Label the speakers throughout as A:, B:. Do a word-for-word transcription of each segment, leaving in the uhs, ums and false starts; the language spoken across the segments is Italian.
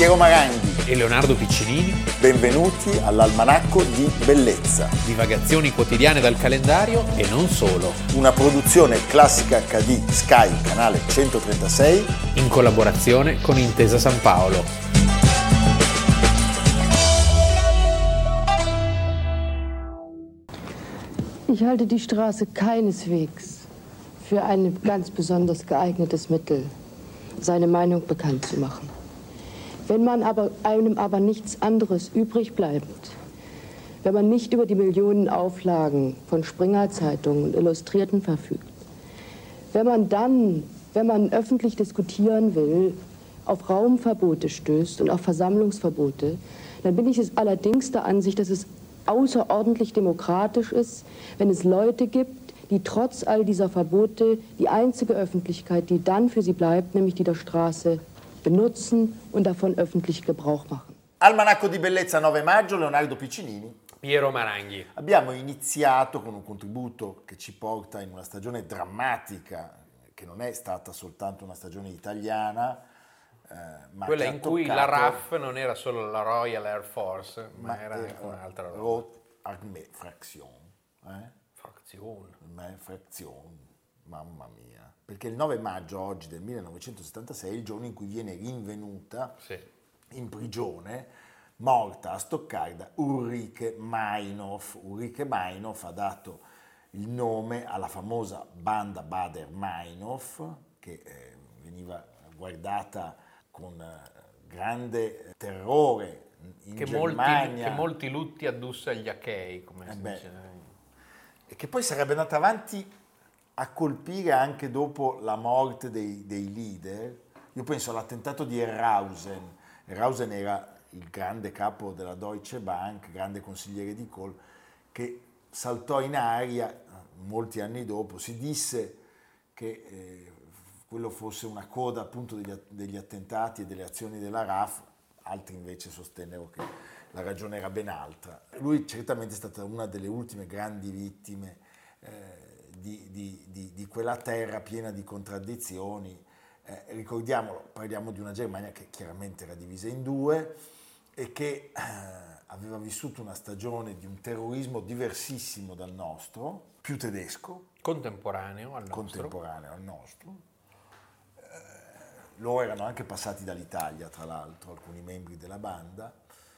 A: Piero Maranghi
B: e Leonardo Piccinini.
A: Benvenuti all'Almanacco di Bellezza.
B: Divagazioni quotidiane dal calendario e non solo.
A: Una produzione Classica acca di Sky, canale centotrentasei,
B: in collaborazione con Intesa San Paolo.
C: Ich halte die Straße keineswegs für ein ganz besonders geeignetes Mittel, seine Meinung bekannt zu machen. Wenn man aber, einem aber nichts anderes übrig bleibt, wenn man nicht über die Millionen Auflagen von Springer-Zeitungen und Illustrierten verfügt, wenn man dann, wenn man öffentlich diskutieren will, auf Raumverbote stößt und auf Versammlungsverbote, dann bin ich es allerdings der Ansicht, dass es außerordentlich demokratisch ist, wenn es Leute gibt, die trotz all dieser Verbote die einzige Öffentlichkeit, die dann für sie bleibt, nämlich die der Straße, benutzen und davon öffentlich Gebrauch machen.
A: Almanacco di Bellezza nove maggio, Leonardo Piccinini.
B: Piero Maranghi.
A: Abbiamo iniziato con un contributo che ci porta in una stagione drammatica, che non è stata soltanto una stagione italiana, eh, ma
B: quella
A: che
B: in
A: ha
B: cui
A: toccato,
B: la R A F non era solo la Royal Air Force, ma, ma era anche un'altra roba.
A: Rote Armee Fraction. Eh?
B: Frazione.
A: Frazione, mamma mia. Perché il nove maggio oggi del millenovecentosettantasei è il giorno in cui viene rinvenuta
B: sì.
A: in prigione, morta a Stoccarda, Ulrike Meinhof. Ulrike Meinhof ha dato il nome alla famosa banda Baader-Meinhof, che eh, veniva guardata con eh, grande terrore in
B: che
A: Germania.
B: Molti, che molti lutti addusse agli achei, come
A: eh
B: si
A: beh,
B: dice.
A: E che poi sarebbe andata avanti a colpire anche dopo la morte dei, dei leader. Io penso all'attentato di Erhausen. Erhausen era il grande capo della Deutsche Bank, grande consigliere di Kohl, che saltò in aria molti anni dopo. Si disse che eh, quello fosse una coda appunto degli, degli attentati e delle azioni della R A F, altri invece sostennero che la ragione era ben altra. Lui certamente è stata una delle ultime grandi vittime eh, di, di, di, di quella terra piena di contraddizioni. Eh, ricordiamolo, parliamo di una Germania che chiaramente era divisa in due e che eh, aveva vissuto una stagione di un terrorismo diversissimo dal nostro, più tedesco,
B: contemporaneo al nostro.
A: Contemporaneo al nostro. Eh, loro erano anche passati dall'Italia, tra l'altro, alcuni membri della banda,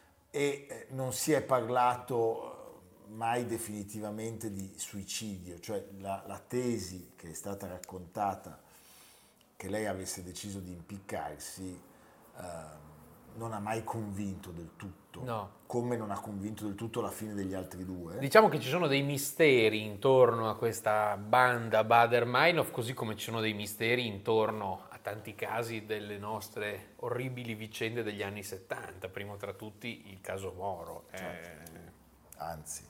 A: e eh, non si è parlato mai definitivamente di suicidio, cioè la, la tesi che è stata raccontata che lei avesse deciso di impiccarsi eh, non ha mai convinto del tutto,
B: no.
A: Come non ha convinto del tutto la fine degli altri due.
B: Diciamo che ci sono dei misteri intorno a questa banda Baader-Meinhof, così come ci sono dei misteri intorno a tanti casi delle nostre orribili vicende degli anni settanta, primo tra tutti il caso Moro.
A: Certo. Eh... Anzi,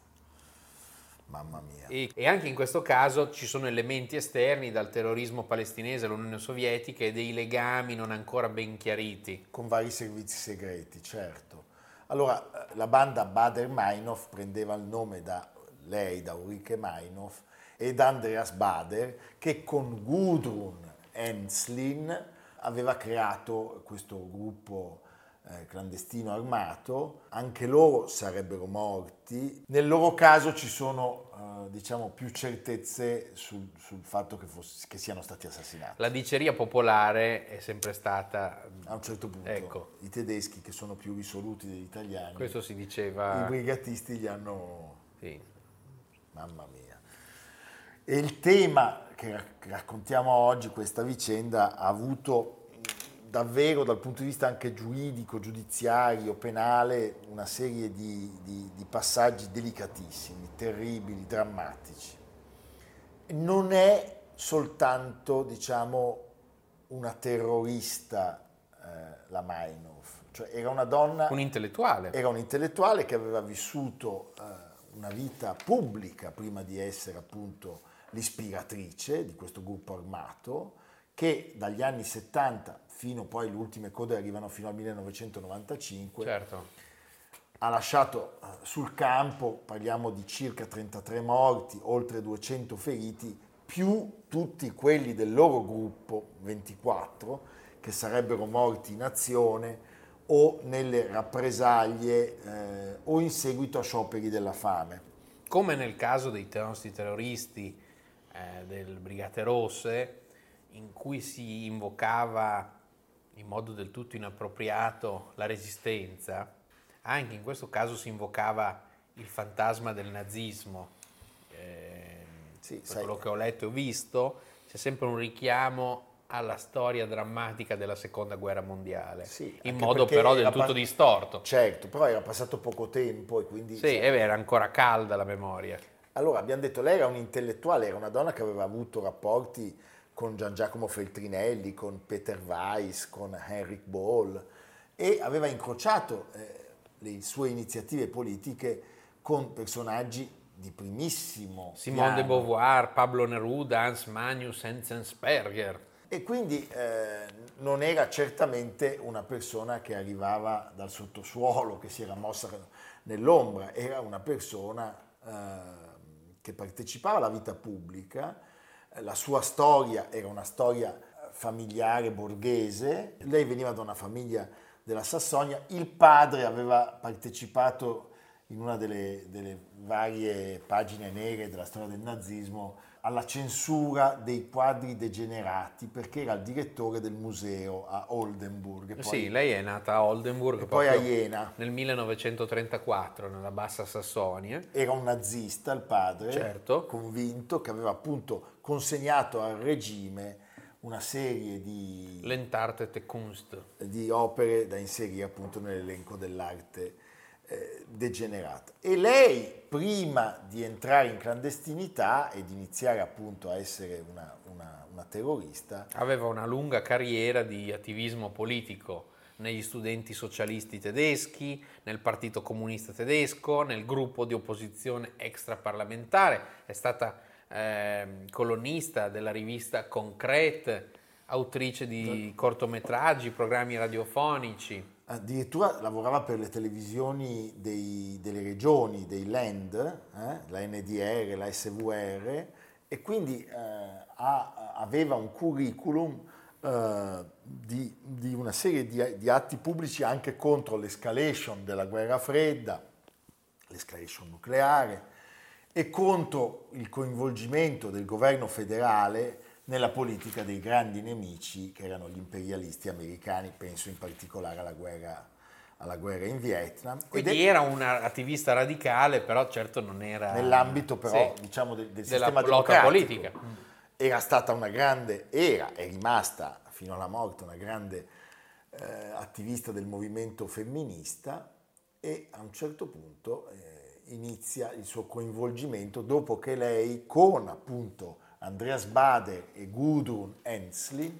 A: mamma mia.
B: E, e anche in questo caso ci sono elementi esterni dal terrorismo palestinese all'Unione Sovietica e dei legami non ancora ben chiariti.
A: Con vari servizi segreti, certo. Allora, la banda Baader-Meinhof prendeva il nome da lei, da Ulrike Meinhof, e da Andreas Baader, che con Gudrun Ensslin aveva creato questo gruppo Eh, clandestino armato. Anche loro sarebbero morti. Nel loro caso ci sono eh, diciamo più certezze sul, sul fatto che, fosse, che siano stati assassinati.
B: La diceria popolare è sempre stata,
A: a un certo punto,
B: ecco,
A: i tedeschi, che sono più risoluti degli italiani,
B: questo si diceva,
A: i brigatisti gli hanno
B: sì.
A: Mamma mia. E il tema che raccontiamo oggi, questa vicenda, ha avuto davvero dal punto di vista anche giuridico, giudiziario, penale, una serie di, di, di passaggi delicatissimi, terribili, drammatici. Non è soltanto, diciamo, una terrorista eh, la Meinhof, cioè era una donna,
B: un intellettuale,
A: era un intellettuale che aveva vissuto eh, una vita pubblica prima di essere appunto l'ispiratrice di questo gruppo armato, che dagli anni settanta fino poi le ultime code arrivano fino al millenovecentonovantacinque,
B: certo.
A: ha lasciato sul campo, parliamo di circa trentatré morti, oltre duecento feriti, più tutti quelli del loro gruppo, ventiquattro, che sarebbero morti in azione o nelle rappresaglie eh, o in seguito a scioperi della fame.
B: Come nel caso dei nostri terroristi eh, del Brigate Rosse, in cui si invocava in modo del tutto inappropriato la resistenza, anche in questo caso si invocava il fantasma del nazismo. Eh,
A: Sì,
B: per
A: sai,
B: quello che ho letto e ho visto, c'è sempre un richiamo alla storia drammatica della seconda guerra mondiale,
A: sì,
B: in
A: anche
B: modo
A: perché
B: però del
A: era
B: tutto
A: pa-
B: distorto.
A: Certo, però era passato poco tempo e quindi...
B: Sì,
A: sai,
B: e beh, era ancora calda la memoria.
A: allora, abbiamo detto, lei era un'intellettuale, era una donna che aveva avuto rapporti con Gian Giacomo Feltrinelli, con Peter Weiss, con Heinrich Böll e aveva incrociato eh, le sue iniziative politiche con personaggi di primissimo
B: Simone de
A: piano.
B: Beauvoir, Pablo Neruda, Hans Magnus Enzensperger.
A: E quindi eh, non era certamente una persona che arrivava dal sottosuolo, che si era mossa nell'ombra, era una persona eh, che partecipava alla vita pubblica. La sua storia era una storia familiare borghese, lei veniva da una famiglia della Sassonia, il padre aveva partecipato in una delle, delle varie pagine nere della storia del nazismo alla censura dei quadri degenerati perché era il direttore del museo a Oldenburg. E poi,
B: Sì, lei è nata a Oldenburg
A: e poi a
B: proprio
A: Jena.
B: nel millenovecentotrentaquattro, nella Bassa Sassonia.
A: Era un nazista il padre,
B: Certo.
A: convinto, che aveva appunto consegnato al regime una serie di,
B: L'Entartete Kunst.
A: di opere da inserire appunto nell'elenco dell'arte eh, degenerata. E lei, prima di entrare in clandestinità e di iniziare appunto a essere una, una, una terrorista,
B: Aveva una lunga carriera di attivismo politico negli studenti socialisti tedeschi, nel Partito Comunista Tedesco, nel gruppo di opposizione extraparlamentare, è stata eh, colonnista della rivista Concrete, autrice di cortometraggi, programmi radiofonici.
A: addirittura lavorava per le televisioni dei- delle regioni, dei land, eh, la N D R, la S V R, e quindi eh, ha- aveva un curriculum eh, di, di una serie di, di atti pubblici anche contro l'escalation della guerra fredda, l'escalation nucleare, e contro il coinvolgimento del governo federale nella politica dei grandi nemici che erano gli imperialisti americani, penso in particolare alla guerra, alla guerra in Vietnam. Ed
B: Quindi
A: è
B: era un attivista radicale, però certo non era...
A: nell'ambito però
B: Sì,
A: diciamo del, del
B: della
A: sistema
B: lotta
A: democratico.
B: politica.
A: Era stata una grande, era, è rimasta fino alla morte una grande eh, attivista del movimento femminista e a un certo punto eh, inizia il suo coinvolgimento dopo che lei con appunto Andreas Bader e Gudrun Ensslin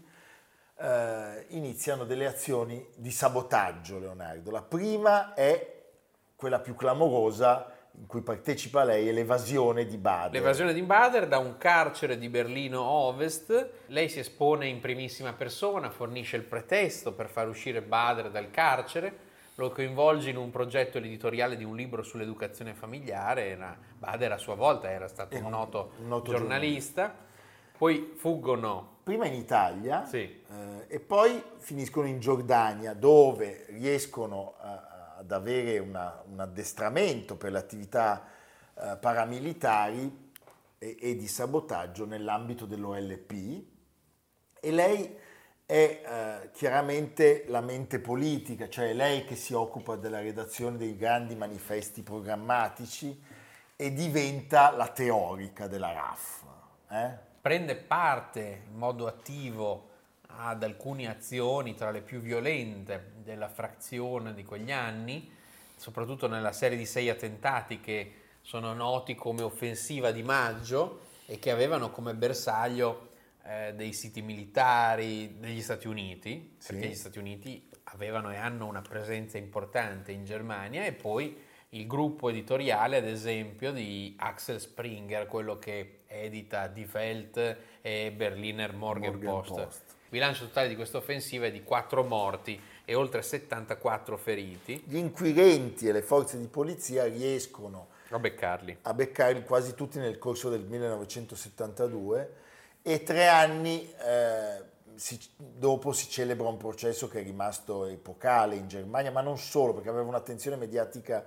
A: eh, iniziano delle azioni di sabotaggio, Leonardo. La prima è quella più clamorosa in cui partecipa lei, è l'evasione di Bader.
B: L'evasione di Bader da un carcere di Berlino Ovest. Lei si espone in primissima persona, fornisce il pretesto per far uscire Bader dal carcere, lo coinvolge in un progetto editoriale di un libro sull'educazione familiare. Era, Bader a sua volta era stato
A: Era
B: un
A: un-
B: noto,
A: un noto
B: giornalista. Poi fuggono.
A: Prima in Italia
B: Sì.
A: eh, e poi finiscono in Giordania dove riescono a- ad avere una- un addestramento per le attività eh, paramilitari e, e di sabotaggio nell'ambito dell'O L P e lei è eh, chiaramente la mente politica, cioè è lei che si occupa della redazione dei grandi manifesti programmatici e diventa la teorica della R A F. Eh?
B: Prende parte in modo attivo ad alcune azioni tra le più violente della frazione di quegli anni, soprattutto nella serie di sei attentati che sono noti come offensiva di maggio e che avevano come bersaglio eh, dei siti militari degli Stati Uniti,
A: Sì.
B: perché gli Stati Uniti avevano e hanno una presenza importante in Germania, e poi il gruppo editoriale, ad esempio, di Axel Springer, quello che edita Die Welt e Berliner Morgenpost.
A: Morgenpost.
B: Il bilancio totale di questa offensiva è di quattro morti e oltre settantaquattro feriti.
A: Gli inquirenti e le forze di polizia riescono
B: A beccarli.
A: a beccarli quasi tutti nel corso del millenovecentosettantadue e tre anni eh, si, dopo si celebra un processo che è rimasto epocale in Germania, ma non solo, perché aveva un'attenzione mediatica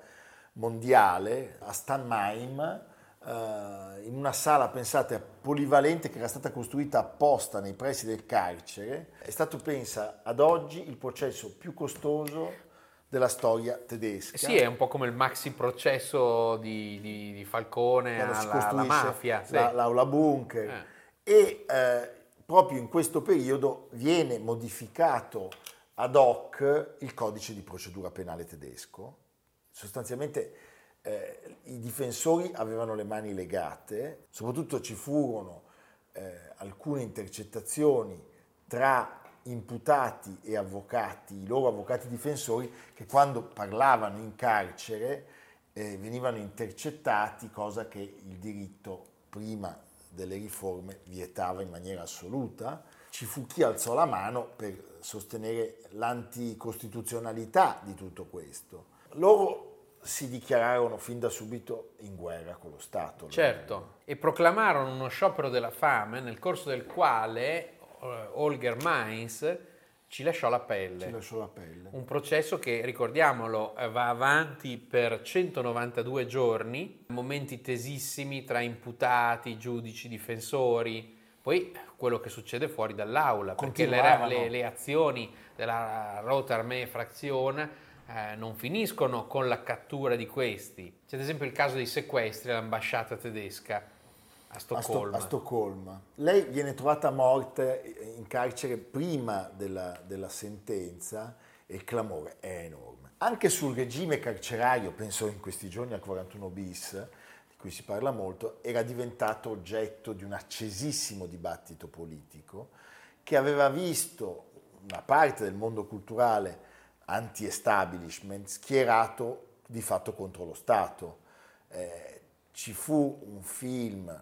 A: mondiale, a Stammheim, eh, in una sala, pensate, polivalente che era stata costruita apposta nei pressi del carcere. È stato, pensa, ad oggi il processo più costoso della storia tedesca.
B: Sì, è un po' come il maxi processo di, di, di Falcone alla, alla mafia. Sì.
A: La, l'aula bunker. Eh. E eh, proprio in questo periodo viene modificato ad hoc il codice di procedura penale tedesco. Sostanzialmente eh, i difensori avevano le mani legate, soprattutto ci furono eh, alcune intercettazioni tra imputati e avvocati, i loro avvocati difensori, che quando parlavano in carcere eh, venivano intercettati, cosa che il diritto prima delle riforme vietava in maniera assoluta. Ci fu chi alzò la mano per sostenere l'anticostituzionalità di tutto questo. Loro si dichiararono fin da subito in guerra con lo Stato.
B: Certo, e proclamarono uno sciopero della fame nel corso del quale Holger Mainz ci lasciò la pelle.
A: Ci lasciò la pelle.
B: Un processo che, ricordiamolo, va avanti per centonovantadue giorni, momenti tesissimi tra imputati, giudici, difensori, poi quello che succede fuori dall'aula, perché le, le, le azioni della Rote Armee Fraktion eh, non finiscono con la cattura di questi. C'è ad esempio il caso dei sequestri all'ambasciata tedesca a Stoccolma.
A: A, Sto- a Stoccolma. Lei viene trovata morta in carcere prima della, della sentenza e il clamore è enorme. Anche sul regime carcerario, penso in questi giorni al quarantuno bis, di cui si parla molto, era diventato oggetto di un accesissimo dibattito politico che aveva visto una parte del mondo culturale anti-establishment schierato di fatto contro lo Stato. Eh, ci fu un film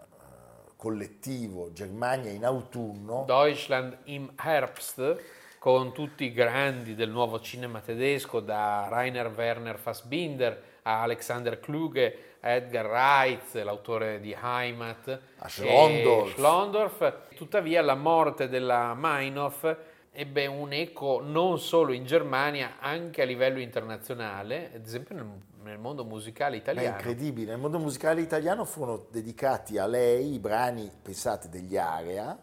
A: collettivo, Germania in autunno,
B: Deutschland im Herbst, con tutti i grandi del nuovo cinema tedesco, da Rainer Werner Fassbinder a Alexander Kluge, a Edgar Reitz, l'autore di Heimat,
A: a Schlondorf.
B: Schlondorf. Tuttavia la morte della Meinhof ebbe un eco non solo in Germania, anche a livello internazionale, ad esempio nel, nel mondo musicale italiano.
A: È incredibile, nel mondo musicale italiano furono dedicati a lei i brani, pensate, degli Area,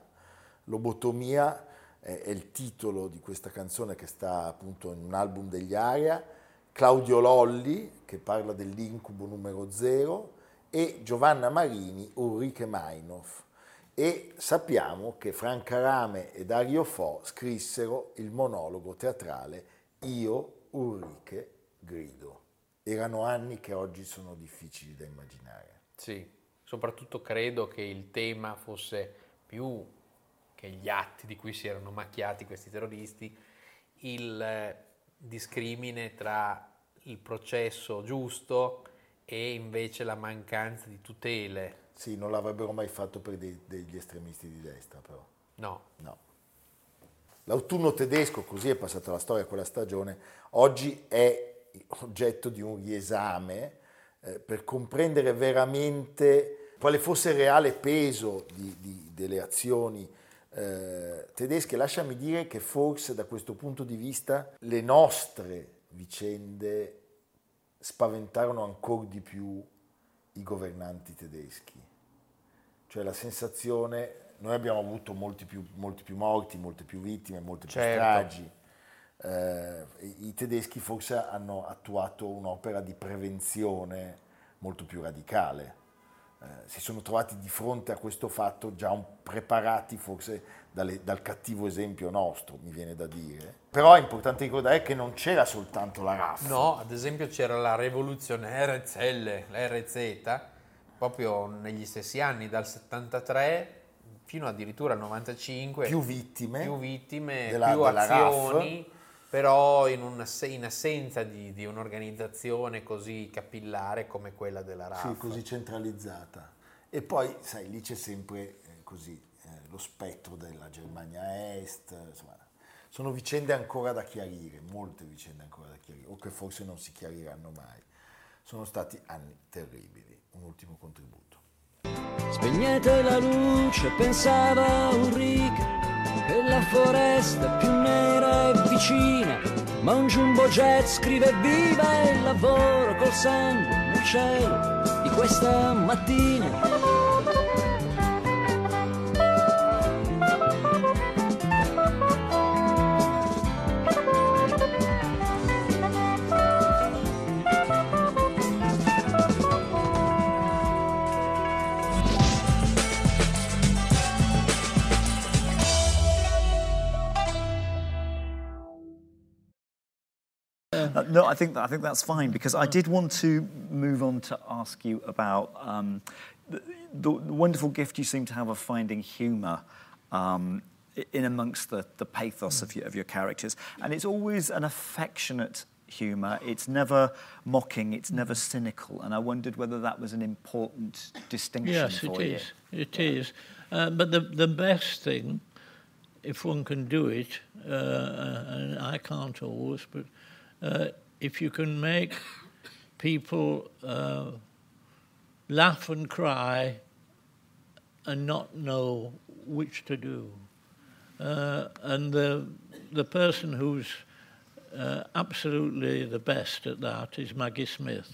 A: Lobotomia è, è il titolo di questa canzone che sta appunto in un album degli Area, Claudio Lolli, che parla dell'incubo numero zero, e Giovanna Marini, Ulrike Meinhof. E sappiamo che Franca Rame e Dario Fo scrissero il monologo teatrale Io, Ulrike, grido. Erano anni che oggi sono difficili da immaginare.
B: Sì, soprattutto credo che il tema fosse più che gli atti di cui si erano macchiati questi terroristi, il discrimine tra il processo giusto e invece la mancanza di tutele.
A: Sì, non l'avrebbero mai fatto per dei, degli estremisti di destra, però.
B: No.
A: No. L'autunno tedesco, così è passata la storia quella stagione, oggi è oggetto di un riesame eh, per comprendere veramente quale fosse il reale peso di, di, delle azioni eh, tedesche. Lasciami dire che forse da questo punto di vista le nostre vicende spaventarono ancora di più i governanti tedeschi. Cioè la sensazione, noi abbiamo avuto molti più, molti più morti, molte più vittime, molte più
B: certo.
A: stragi. Eh, i tedeschi forse hanno attuato un'opera di prevenzione molto più radicale. Eh, si sono trovati di fronte a questo fatto già un, preparati forse dalle, dal cattivo esempio nostro, mi viene da dire. Però è importante ricordare che non c'era soltanto la R A F.
B: No, ad esempio c'era la rivoluzione R Z, l'R Z, proprio negli stessi anni, dal settantatré fino addirittura al novantacinque.
A: Più vittime.
B: Più vittime,
A: della,
B: più
A: della
B: azioni.
A: R A F.
B: Però in, una, in assenza di, di un'organizzazione così capillare come quella della R A F.
A: Sì, così centralizzata. E poi, sai, lì c'è sempre eh, così eh, lo spettro della Germania Est, insomma, sono vicende ancora da chiarire, molte vicende ancora da chiarire, o che forse non si chiariranno mai. Sono stati anni terribili. Un ultimo contributo.
D: Spegnete la luce, pensava Ulrike, che la foresta è più nera e vicina, ma un jumbo jet scrive viva il lavoro col sangue nel cielo di questa mattina.
E: Uh, no, I think I think that's fine, because I did want to move on to ask you about um, the, the wonderful gift you seem to have of finding humour um, in amongst the, the pathos of your, of your characters, and it's always an affectionate humour. It's never mocking. It's never cynical, and I wondered whether that was an important distinction
F: yes,
E: for
F: it
E: you.
F: Is. It is. Uh, but the the best thing, if one can do it, uh, and I can't always, but uh, if you can make people uh, laugh and cry and not know which to do. Uh, and the the person who's uh, absolutely the best at that is Maggie Smith.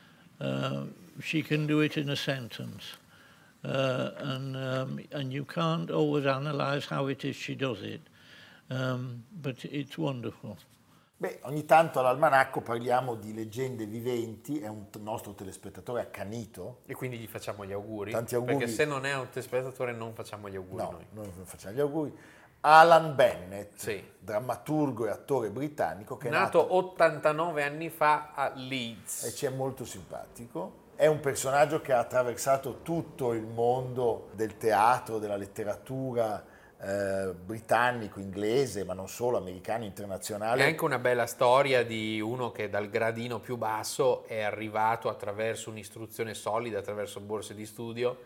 F: Uh, she can do it in a sentence. Uh, and um, and you can't always analyse how it is she does it, um, but it's wonderful.
A: Beh, ogni tanto all'Almanacco parliamo di leggende viventi, è un t- nostro telespettatore accanito.
B: E quindi gli facciamo gli auguri.
A: Tanti auguri.
B: Perché se non è un telespettatore non facciamo gli auguri
A: No,
B: noi.
A: noi non facciamo gli auguri. Alan Bennett,
B: Sì.
A: drammaturgo e attore britannico, che è
B: nato,
A: nato
B: ottantanove anni fa a Leeds.
A: e ci è molto simpatico. È un personaggio che ha attraversato tutto il mondo del teatro, della letteratura eh, britannico, inglese, ma non solo, americano, internazionale.
B: È anche una bella storia di uno che dal gradino più basso è arrivato attraverso un'istruzione solida, attraverso borse di studio,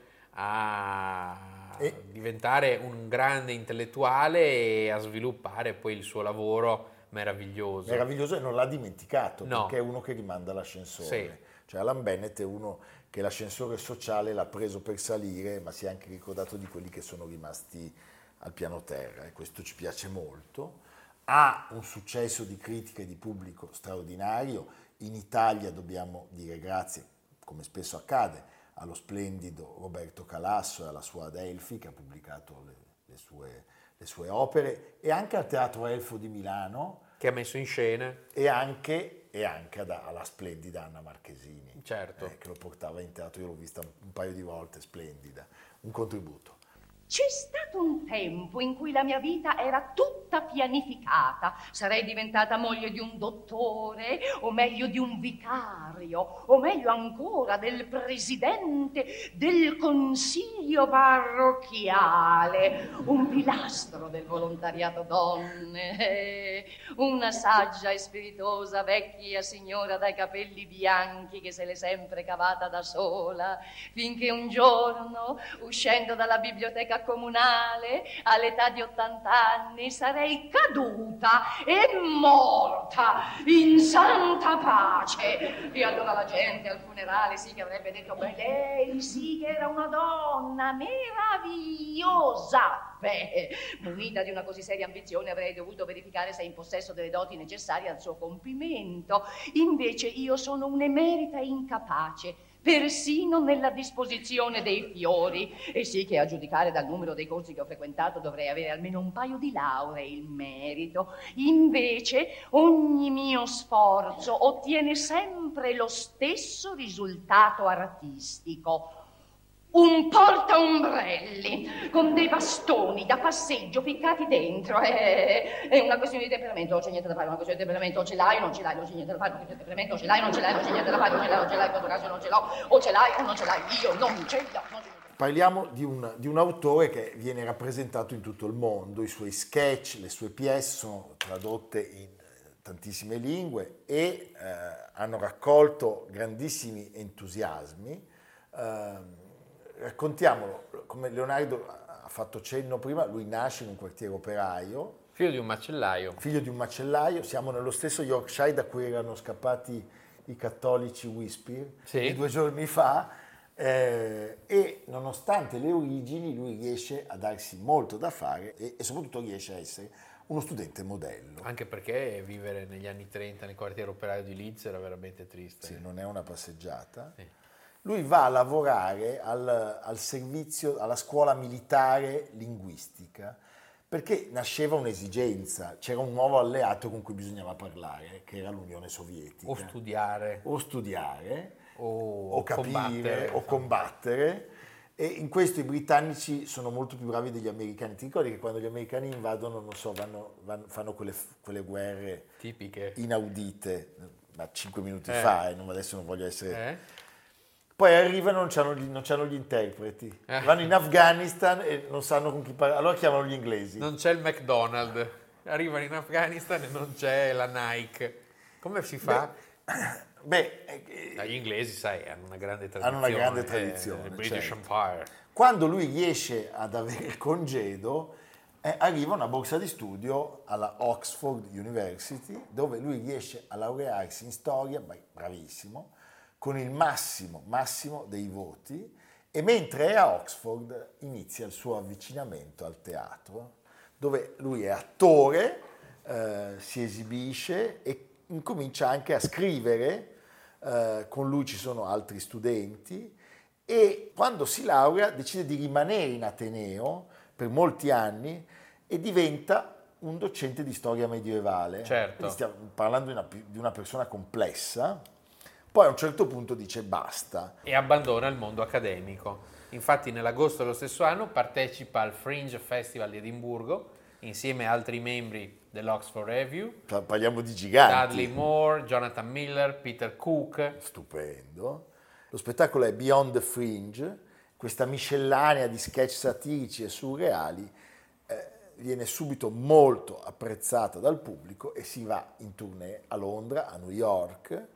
B: a e... diventare un grande intellettuale e a sviluppare poi il suo lavoro meraviglioso.
A: Meraviglioso, e non l'ha dimenticato,
B: no.
A: Perché è uno che rimanda l'ascensore.
B: Sì.
A: Cioè Alan Bennett è uno che l'ascensore sociale l'ha preso per salire, ma si è anche ricordato di quelli che sono rimasti al piano terra, e questo ci piace molto. Ha un successo di critica e di pubblico straordinario. In Italia dobbiamo dire grazie, come spesso accade, allo splendido Roberto Calasso e alla sua Adelphi, che ha pubblicato le, le, sue, le sue opere, e anche al Teatro Elfo di Milano,
B: che ha messo in scena,
A: e anche, e anche ad, alla splendida Anna Marchesini,
B: certo.
A: eh, che lo portava in teatro. Io l'ho vista un paio di volte, splendida, un contributo.
G: C'è stato un tempo in cui la mia vita era tutta pianificata. Sarei diventata moglie di un dottore, o meglio di un vicario, o meglio ancora del presidente del consiglio parrocchiale, un pilastro del volontariato donne, una saggia e spiritosa vecchia signora dai capelli bianchi che se l'è sempre cavata da sola, finché un giorno, uscendo dalla biblioteca comunale, all'età di ottanta anni, sarei caduta e morta in santa pace. E allora la gente al funerale sì che avrebbe detto: beh, lei sì che era una donna meravigliosa. Beh, munita di una così seria ambizione, avrei dovuto verificare se è in possesso delle doti necessarie al suo compimento. Invece io sono un'emerita incapace, persino nella disposizione dei fiori, e sì che a giudicare dal numero dei corsi che ho frequentato dovrei avere almeno un paio di lauree in merito. Invece ogni mio sforzo ottiene sempre lo stesso risultato artistico: un portaombrelli con dei bastoni da passeggio ficcati dentro. È, è una questione di temperamento, non c'è niente da fare, è una questione di temperamento. O ce l'hai o non ce l'hai, non c'è niente da fare, perché il temperamento o ce l'hai o non ce l'hai, non c'è niente da fare, o ce l'hai o non ce l'hai, in questo caso non ce l'ho, o ce l'hai o non ce l'hai, io non ce l'ho. Non ce l'ho.
A: Parliamo di un, di un autore che viene rappresentato in tutto il mondo. I suoi sketch, le sue pièce sono tradotte in tantissime lingue e eh, hanno raccolto grandissimi entusiasmi. Eh, Raccontiamolo, come Leonardo ha fatto cenno prima, lui nasce in un quartiere operaio.
B: Figlio di un macellaio.
A: Figlio di un macellaio, siamo nello stesso Yorkshire da cui erano scappati i cattolici Wispir,
B: sì.
A: due giorni fa. Eh, e nonostante le origini lui riesce a darsi molto da fare e, e soprattutto riesce a essere uno studente modello.
B: Anche perché vivere negli anni trenta nel quartiere operaio di Leeds era veramente triste.
A: Sì, non è una passeggiata.
B: Sì.
A: Lui va a lavorare al, al servizio, alla scuola militare linguistica, perché nasceva un'esigenza, c'era un nuovo alleato con cui bisognava parlare, che era l'Unione Sovietica.
B: O studiare.
A: O studiare,
B: o,
A: o capire,
B: combattere,
A: o combattere. E in questo i britannici sono molto più bravi degli americani. Ti ricordi che quando gli americani invadono, non so, vanno, vanno, fanno quelle, quelle guerre
B: tipiche,
A: inaudite, ma cinque minuti
B: eh.
A: fa, e non, adesso non voglio essere...
B: Eh?
A: Poi arrivano e non c'hanno gli, non c'hanno gli interpreti.
B: Eh.
A: Vanno in Afghanistan e non sanno con chi parlare. Allora chiamano gli inglesi.
B: Non c'è il McDonald's. Arrivano in Afghanistan e non c'è la Nike. Come si fa?
A: Beh, beh
B: gli inglesi, sai, hanno una grande tradizione.
A: Hanno una grande tradizione.
B: Eh, il British
A: certo.
B: Empire.
A: Quando lui riesce ad avere il congedo, eh, arriva una borsa di studio alla Oxford University, dove lui riesce a laurearsi in storia, beh, bravissimo, con il massimo, massimo dei voti, e mentre è a Oxford inizia il suo avvicinamento al teatro, dove lui è attore, eh, si esibisce e incomincia anche a scrivere, eh, con lui ci sono altri studenti, e quando si laurea decide di rimanere in Ateneo per molti anni e diventa un docente di storia medievale.
B: Certo.
A: Quindi stiamo parlando di una, di una persona complessa. Poi a un certo punto dice basta.
B: E abbandona il mondo accademico. Infatti nell'agosto dello stesso anno partecipa al Fringe Festival di Edimburgo insieme a altri membri dell'Oxford Review.
A: Parliamo di giganti.
B: Dudley Moore, Jonathan Miller, Peter Cook.
A: Stupendo. Lo spettacolo è Beyond the Fringe, questa miscellanea di sketch satirici e surreali eh, viene subito molto apprezzata dal pubblico e si va in tournée a Londra, a New York,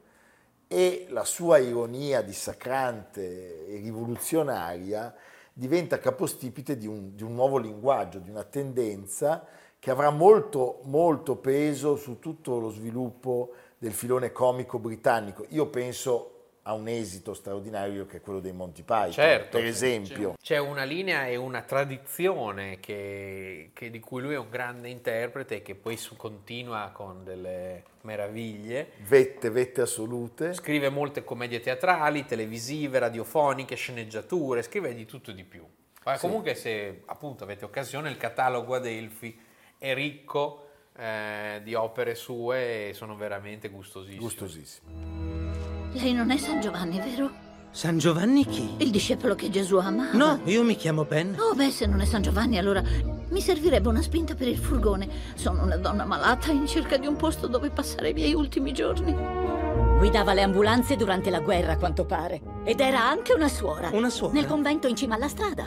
A: e la sua ironia dissacrante e rivoluzionaria diventa capostipite di un, di un nuovo linguaggio, di una tendenza che avrà molto, molto peso su tutto lo sviluppo del filone comico britannico. Io penso a un esito straordinario che è quello dei Monty Python,
B: certo,
A: per esempio.
B: C'è una linea e una tradizione che, che di cui lui è un grande interprete e che poi su, continua con delle meraviglie.
A: Vette, vette assolute.
B: Scrive molte commedie teatrali, televisive, radiofoniche, sceneggiature, scrive di tutto e di più. Ma
A: Sì.
B: Comunque se appunto avete occasione, il catalogo Adelphi è ricco eh, di opere sue e sono veramente gustosissime.
A: Gustosissime.
H: Lei non è San Giovanni, vero?
I: San Giovanni chi?
H: Il discepolo che Gesù amava.
I: No, io mi chiamo Ben.
H: Oh, beh, se non è San Giovanni, allora mi servirebbe una spinta per il furgone. Sono una donna malata in cerca di un posto dove passare i miei ultimi giorni.
J: Guidava le ambulanze durante la guerra, a quanto pare. Ed era anche una suora.
I: Una suora?
J: Nel convento in cima alla strada.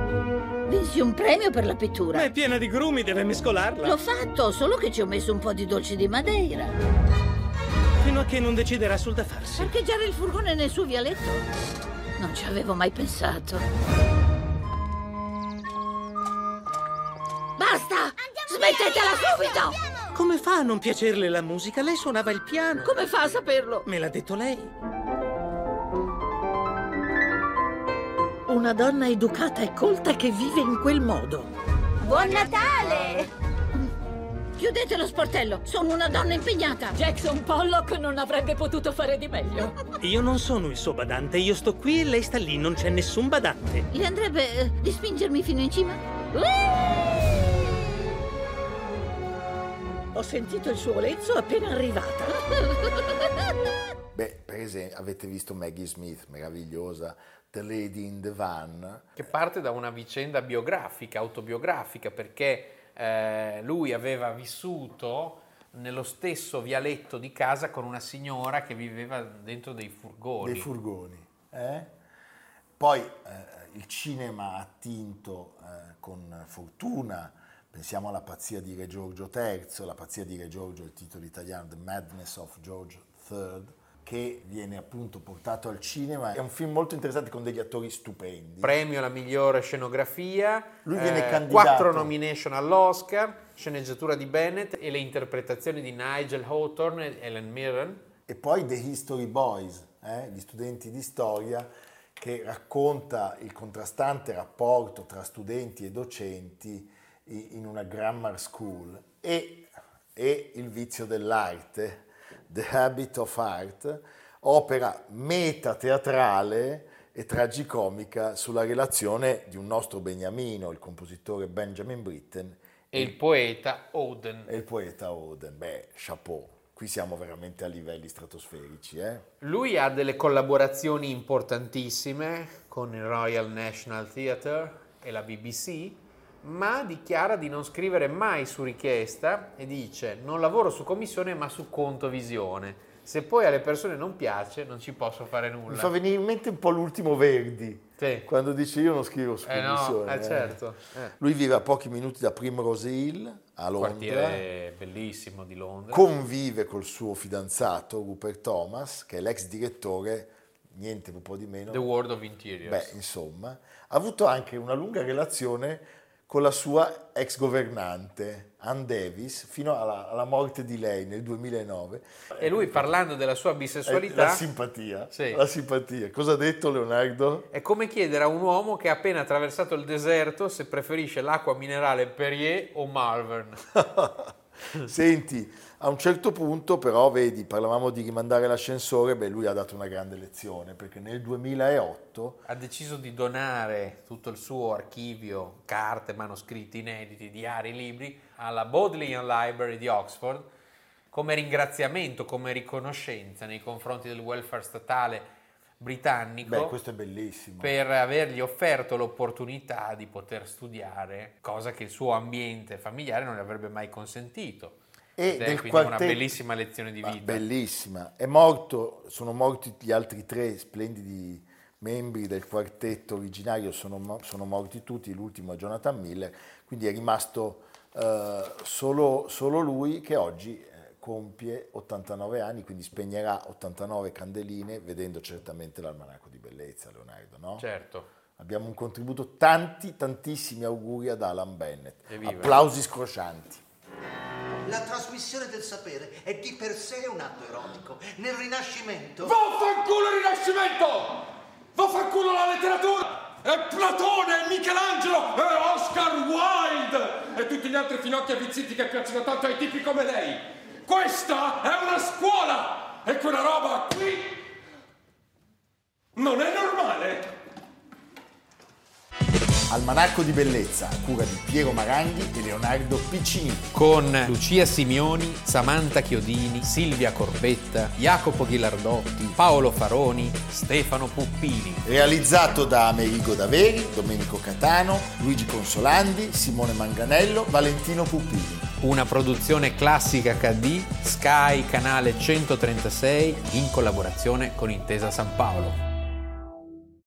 H: Vinsi un premio per la pittura.
I: Ma è piena di grumi, deve mescolarla.
H: L'ho fatto, solo che ci ho messo un po' di dolci di Madeira.
I: Fino a che non deciderà sul da farsi.
H: Parcheggiare il furgone nel suo vialetto? Non ci avevo mai pensato. Basta! Smettetela subito!
I: Come fa a non piacerle la musica? Lei suonava il piano.
H: Come fa a saperlo?
I: Me l'ha detto lei.
H: Una donna educata e colta che vive in quel modo.
J: Buon Natale!
H: Chiudete lo sportello, sono una donna impegnata.
J: Jackson Pollock non avrebbe potuto fare di meglio.
I: Io non sono il suo badante, io sto qui e lei sta lì, non c'è nessun badante.
H: Le andrebbe eh, di spingermi fino in cima?
J: Ho sentito il suo lezzo appena arrivata.
A: Beh, per esempio, avete visto Maggie Smith, meravigliosa, The Lady in the Van.
B: Che parte da una vicenda biografica, autobiografica, perché eh, lui aveva vissuto nello stesso vialetto di casa con una signora che viveva dentro dei furgoni.
A: Dei furgoni. Eh? Poi eh, il cinema ha attinto eh, con fortuna, pensiamo alla pazzia di Re Giorgio terzo, la pazzia di Re Giorgio, il titolo italiano, The Madness of George third, che viene appunto portato al cinema. È un film molto interessante con degli attori stupendi.
B: Premio alla migliore scenografia,
A: lui viene
B: eh,
A: candidato.
B: quattro nomination all'Oscar, sceneggiatura di Bennett e le interpretazioni di Nigel Hawthorne e Helen Mirren.
A: E poi The History Boys, eh, gli studenti di storia, che racconta il contrastante rapporto tra studenti e docenti in una grammar school e, e Il vizio dell'arte, The Habit of Art, opera metateatrale e tragicomica sulla relazione di un nostro beniamino, il compositore Benjamin Britten,
B: e il poeta Auden.
A: E il poeta Auden, beh, chapeau. Qui siamo veramente a livelli stratosferici. Eh?
B: Lui ha delle collaborazioni importantissime con il Royal National Theatre e la B B C, ma dichiara di non scrivere mai su richiesta e dice: non lavoro su commissione ma su conto visione. Se poi alle persone non piace non ci posso fare nulla.
A: Mi fa venire in mente un po' l'ultimo Verdi,
B: sì.
A: Quando dice io non scrivo su
B: eh
A: commissione.
B: No, eh, certo. Eh.
A: Lui vive a pochi minuti da Primrose Hill, a Londra.
B: Quartiere bellissimo di Londra.
A: Convive col suo fidanzato Rupert Thomas, che è l'ex direttore, niente un po' di meno.
B: The World of Interiors.
A: Beh, insomma, ha avuto anche una lunga relazione con la sua ex governante, Ann Davis, fino alla, alla morte di lei nel duemilanove.
B: E lui, parlando della sua bisessualità...
A: La simpatia,
B: sì.
A: la simpatia. Cosa ha detto Leonardo?
B: È come chiedere a un uomo che ha appena attraversato il deserto se preferisce l'acqua minerale Perrier o Malvern.
A: Senti, a un certo punto però, vedi, parlavamo di rimandare l'ascensore, beh, lui ha dato una grande lezione, perché nel duemilaotto
B: ha deciso di donare tutto il suo archivio, carte, manoscritti inediti, diari, libri, alla Bodleian Library di Oxford, come ringraziamento, come riconoscenza nei confronti del welfare statale britannico.
A: Beh, questo è bellissimo.
B: Per avergli offerto l'opportunità di poter studiare, cosa che il suo ambiente familiare non gli avrebbe mai consentito.
A: E
B: Ed è
A: del
B: quindi
A: quartetto,
B: una bellissima lezione di vita.
A: Ah, bellissima. È morto, sono morti gli altri tre splendidi membri del quartetto originario, sono, sono morti tutti, l'ultimo è Jonathan Miller, quindi è rimasto uh, solo, solo lui, che oggi eh, compie ottantanove anni, quindi spegnerà ottantanove candeline, vedendo certamente l'almanacco di bellezza, Leonardo, no?
B: Certo.
A: Abbiamo un contributo, tanti, tantissimi auguri ad Alan Bennett.
B: Evviva.
A: Applausi scroscianti.
K: La trasmissione del sapere è di per sé un atto erotico. Nel Rinascimento...
L: Vaffanculo il Rinascimento! Vaffanculo la letteratura! E Platone, e Michelangelo, e Oscar Wilde! E tutti gli altri finocchi avvizziti che piacciono tanto ai tipi come lei! Questa è una scuola! E quella roba qui... non è normale!
A: Almanacco di bellezza, a cura di Piero Maranghi e Leonardo Piccini.
B: Con Lucia Simioni, Samantha Chiodini, Silvia Corbetta, Jacopo Ghilardotti, Paolo Faroni, Stefano Puppini.
A: Realizzato da Amerigo Daveri, Domenico Catano, Luigi Consolandi, Simone Manganello, Valentino Puppini.
B: Una produzione Classica acca di, Sky Canale centotrentasei, in collaborazione con Intesa San Paolo.